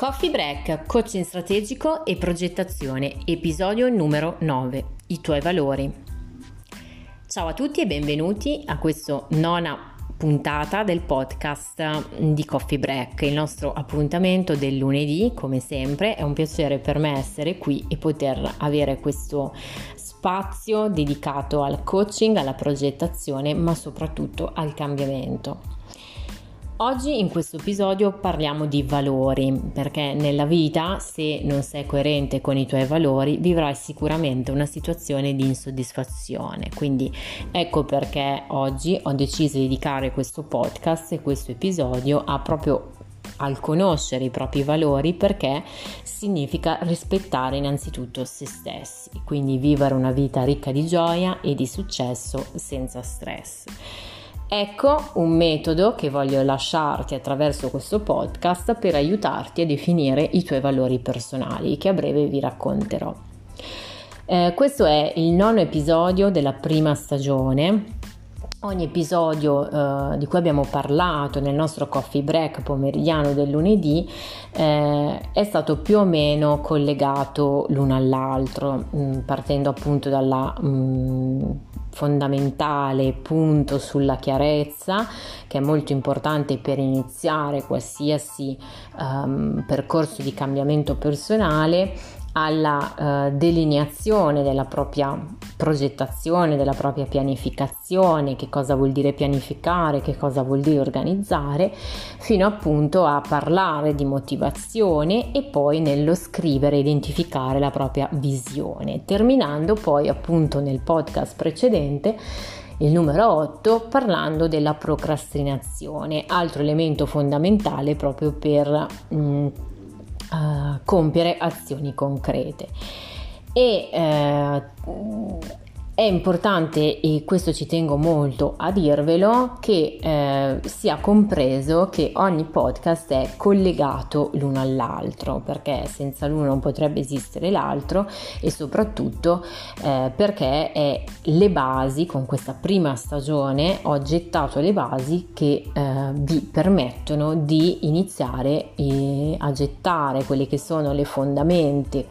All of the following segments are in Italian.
Coffee Break, coaching strategico e progettazione, episodio numero 9, i tuoi valori. Ciao a tutti e benvenuti a questa nona puntata del podcast di Coffee Break, il nostro appuntamento del lunedì. Come sempre è un piacere per me essere qui e poter avere questo spazio dedicato al coaching, alla progettazione, ma soprattutto al cambiamento. Oggi in questo episodio parliamo di valori, perché nella vita, se non sei coerente con i tuoi valori, vivrai sicuramente una situazione di insoddisfazione. Quindi ecco perché oggi ho deciso di dedicare questo podcast e questo episodio al conoscere i propri valori, perché significa rispettare innanzitutto se stessi, quindi vivere una vita ricca di gioia e di successo senza stress. Ecco un metodo che voglio lasciarti attraverso questo podcast per aiutarti a definire i tuoi valori personali, che a breve vi racconterò. Questo è il nono episodio della prima stagione. Ogni episodio di cui abbiamo parlato nel nostro coffee break pomeridiano del lunedì è stato più o meno collegato l'uno all'altro, partendo appunto dalla fondamentale punto sulla chiarezza, che è molto importante per iniziare qualsiasi percorso di cambiamento personale, alla delineazione della propria progettazione, della propria pianificazione, che cosa vuol dire pianificare, che cosa vuol dire organizzare, fino appunto a parlare di motivazione e poi nello scrivere e identificare la propria visione, terminando poi appunto nel podcast precedente, il numero 8, parlando della procrastinazione, altro elemento fondamentale proprio per compiere azioni concrete. È importante, e questo ci tengo molto a dirvelo, che sia compreso che ogni podcast è collegato l'uno all'altro, perché senza l'uno non potrebbe esistere l'altro, e soprattutto perché è le basi. Con questa prima stagione ho gettato le basi che vi permettono di iniziare a gettare quelle che sono le fondamenta,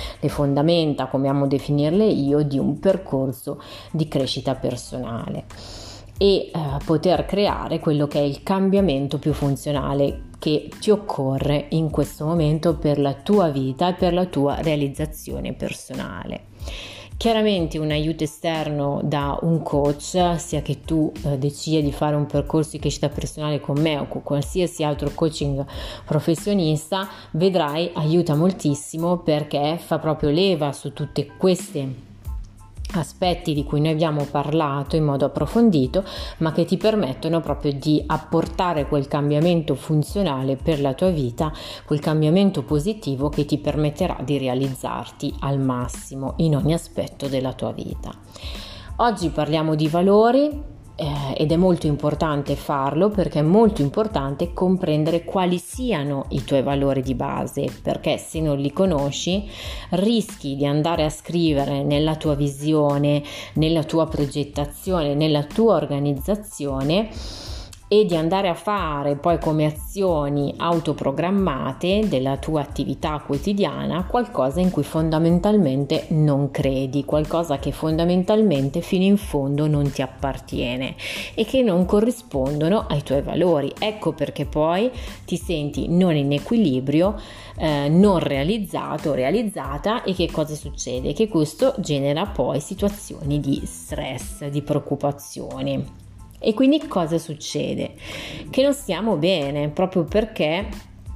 come amo definirle io, di un percorso di crescita personale e poter creare quello che è il cambiamento più funzionale che ti occorre in questo momento per la tua vita e per la tua realizzazione personale. Chiaramente un aiuto esterno da un coach, sia che tu decida di fare un percorso di crescita personale con me o con qualsiasi altro coaching professionista, vedrai aiuta moltissimo, perché fa proprio leva su tutte queste aspetti di cui noi abbiamo parlato in modo approfondito, ma che ti permettono proprio di apportare quel cambiamento funzionale per la tua vita, quel cambiamento positivo che ti permetterà di realizzarti al massimo in ogni aspetto della tua vita. Oggi parliamo di valori. Ed è molto importante farlo, perché è molto importante comprendere quali siano i tuoi valori di base, perché se non li conosci rischi di andare a scrivere nella tua visione, nella tua progettazione, nella tua organizzazione, e di andare a fare poi come azioni autoprogrammate della tua attività quotidiana qualcosa in cui fondamentalmente non credi, qualcosa che fondamentalmente fino in fondo non ti appartiene e che non corrispondono ai tuoi valori. Ecco perché poi ti senti non in equilibrio, non realizzato o realizzata, e che cosa succede? Che questo genera poi situazioni di stress, di preoccupazione. E quindi cosa succede? Che non stiamo bene, proprio perché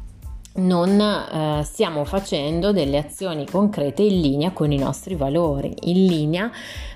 non stiamo facendo delle azioni concrete in linea con i nostri valori, in linea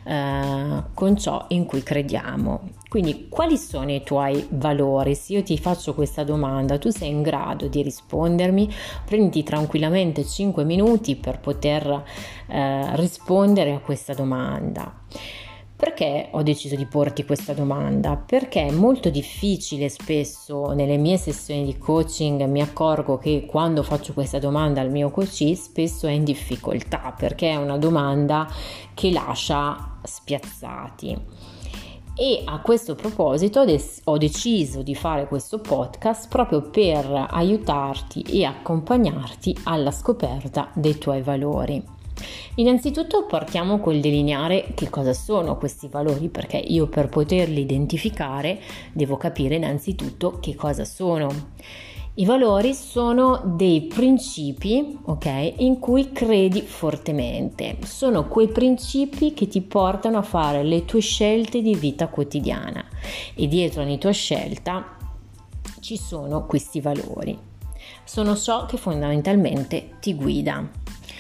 con ciò in cui crediamo. Quindi quali sono i tuoi valori? Se io ti faccio questa domanda, tu sei in grado di rispondermi? Prenditi tranquillamente 5 minuti per poter rispondere a questa domanda. Perché ho deciso di porti questa domanda? Perché è molto difficile, spesso nelle mie sessioni di coaching mi accorgo che quando faccio questa domanda al mio coach spesso è in difficoltà, perché è una domanda che lascia spiazzati. E a questo proposito ho deciso di fare questo podcast proprio per aiutarti e accompagnarti alla scoperta dei tuoi valori. Innanzitutto partiamo col delineare che cosa sono questi valori, perché io per poterli identificare devo capire innanzitutto che cosa sono. I valori sono dei principi, ok, in cui credi fortemente. Sono quei principi che ti portano a fare le tue scelte di vita quotidiana e dietro ogni tua scelta ci sono questi valori. Sono ciò che fondamentalmente ti guida.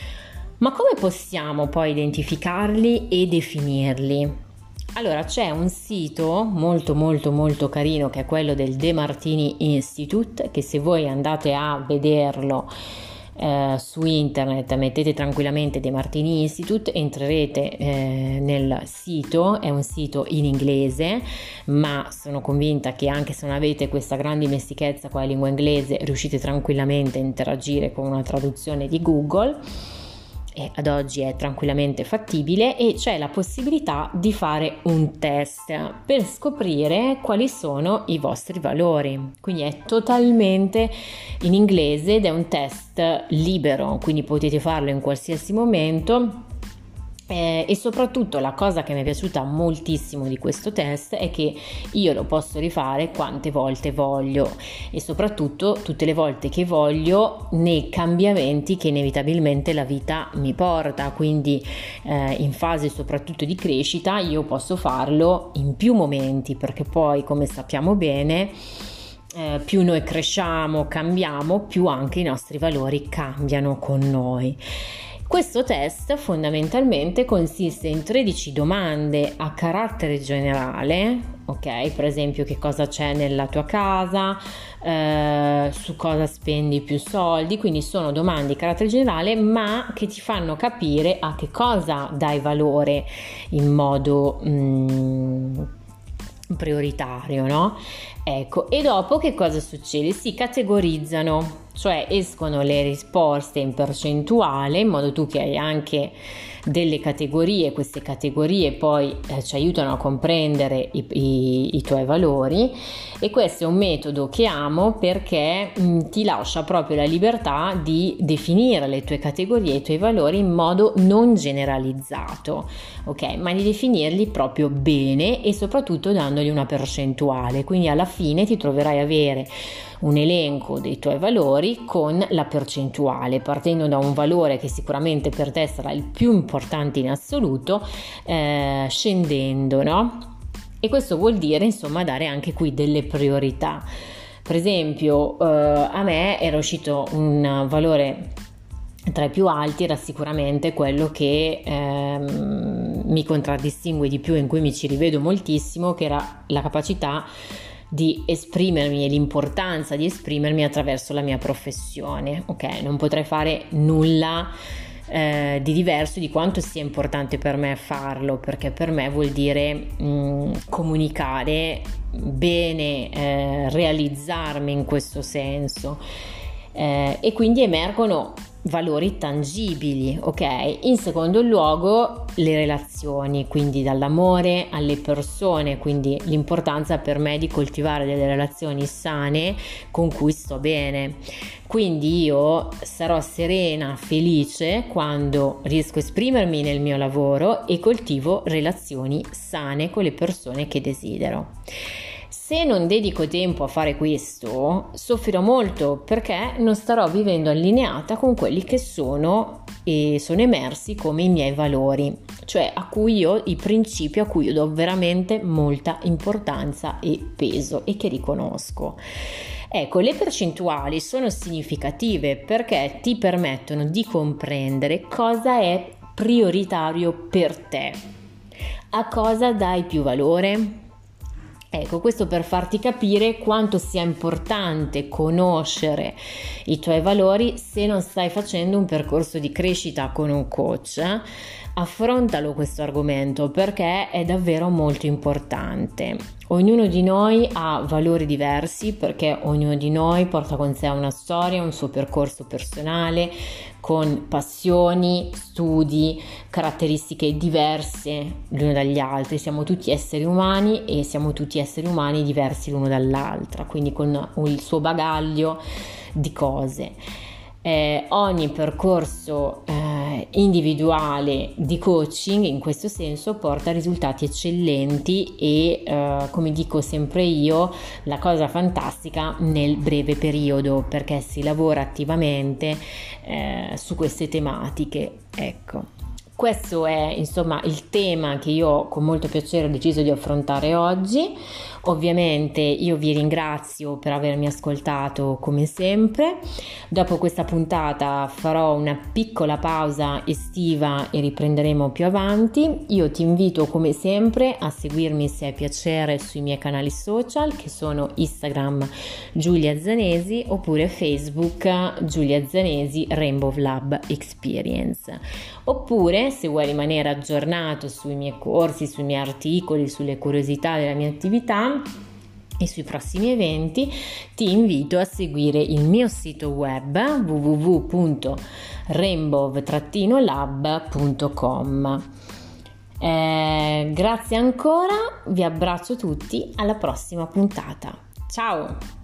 Ma come possiamo poi identificarli e definirli? Allora, c'è un sito molto carino che è quello del De Martini Institute, che se voi andate a vederlo su internet, mettete tranquillamente De Martini Institute, entrerete nel sito. È un sito in inglese, ma sono convinta che anche se non avete questa grande dimestichezza con la lingua inglese riuscite tranquillamente a interagire con una traduzione di Google. E ad oggi è tranquillamente fattibile e c'è la possibilità di fare un test per scoprire quali sono i vostri valori. Quindi è totalmente in inglese ed è un test libero, quindi potete farlo in qualsiasi momento. E soprattutto la cosa che mi è piaciuta moltissimo di questo test è che io lo posso rifare quante volte voglio e soprattutto tutte le volte che voglio nei cambiamenti che inevitabilmente la vita mi porta, quindi in fase soprattutto di crescita io posso farlo in più momenti, perché poi come sappiamo bene più noi cresciamo, cambiamo, più anche i nostri valori cambiano con noi. Questo test fondamentalmente consiste in 13 domande a carattere generale, ok? Per esempio, che cosa c'è nella tua casa, su cosa spendi più soldi, quindi sono domande di carattere generale ma che ti fanno capire a che cosa dai valore in modo prioritario, no? Ecco, e dopo che cosa succede? Si categorizzano, cioè escono le risposte in percentuale, in modo tu che hai anche delle categorie. Queste categorie poi ci aiutano a comprendere i tuoi valori, e questo è un metodo che amo perché ti lascia proprio la libertà di definire le tue categorie e i tuoi valori in modo non generalizzato, ok? Ma di definirli proprio bene e soprattutto dandogli una percentuale. Quindi alla fine ti troverai a avere un elenco dei tuoi valori con la percentuale, partendo da un valore che sicuramente per te sarà il più importante in assoluto, scendendo, no? E questo vuol dire insomma dare anche qui delle priorità. Per esempio a me era uscito un valore tra i più alti, era sicuramente quello che mi contraddistingue di più, in cui mi ci rivedo moltissimo, che era la capacità di esprimermi e l'importanza di esprimermi attraverso la mia professione. Ok, non potrei fare nulla di diverso di quanto sia importante per me farlo, perché per me vuol dire comunicare bene, realizzarmi in questo senso, e quindi emergono valori tangibili, ok? In secondo luogo le relazioni, quindi dall'amore alle persone, quindi l'importanza per me di coltivare delle relazioni sane con cui sto bene. Quindi io sarò serena, felice quando riesco a esprimermi nel mio lavoro e coltivo relazioni sane con le persone che desidero. Se non dedico tempo a fare questo, soffrirò molto, perché non starò vivendo allineata con quelli che sono e sono emersi come i miei valori, cioè i principi a cui io do veramente molta importanza e peso e che riconosco. Ecco, le percentuali sono significative perché ti permettono di comprendere cosa è prioritario per te, a cosa dai più valore. Ecco, questo per farti capire quanto sia importante conoscere i tuoi valori se non stai facendo un percorso di crescita con un coach. affrontalo questo argomento perché è davvero molto importante. Ognuno di noi ha valori diversi perché ognuno di noi porta con sé una storia, un suo percorso personale con passioni, studi, caratteristiche diverse l'uno dagli altri. Siamo tutti esseri umani e siamo tutti esseri umani diversi l'uno dall'altra, quindi con il suo bagaglio di cose. Ogni percorso individuale di coaching in questo senso porta a risultati eccellenti e come dico sempre io, la cosa fantastica nel breve periodo, perché si lavora attivamente su queste tematiche. Ecco, questo è insomma il tema che io con molto piacere ho deciso di affrontare oggi. Ovviamente io vi ringrazio per avermi ascoltato come sempre. Dopo questa puntata farò una piccola pausa estiva e riprenderemo più avanti. Io ti invito come sempre a seguirmi se hai piacere sui miei canali social, che sono Instagram Giulia Zanesi oppure Facebook Giulia Zanesi Rainbow Lab Experience. Oppure se vuoi rimanere aggiornato sui miei corsi, sui miei articoli, sulle curiosità della mia attività e sui prossimi eventi, ti invito a seguire il mio sito web www.rainbow-lab.com. Grazie ancora, vi abbraccio tutti, alla prossima puntata. Ciao!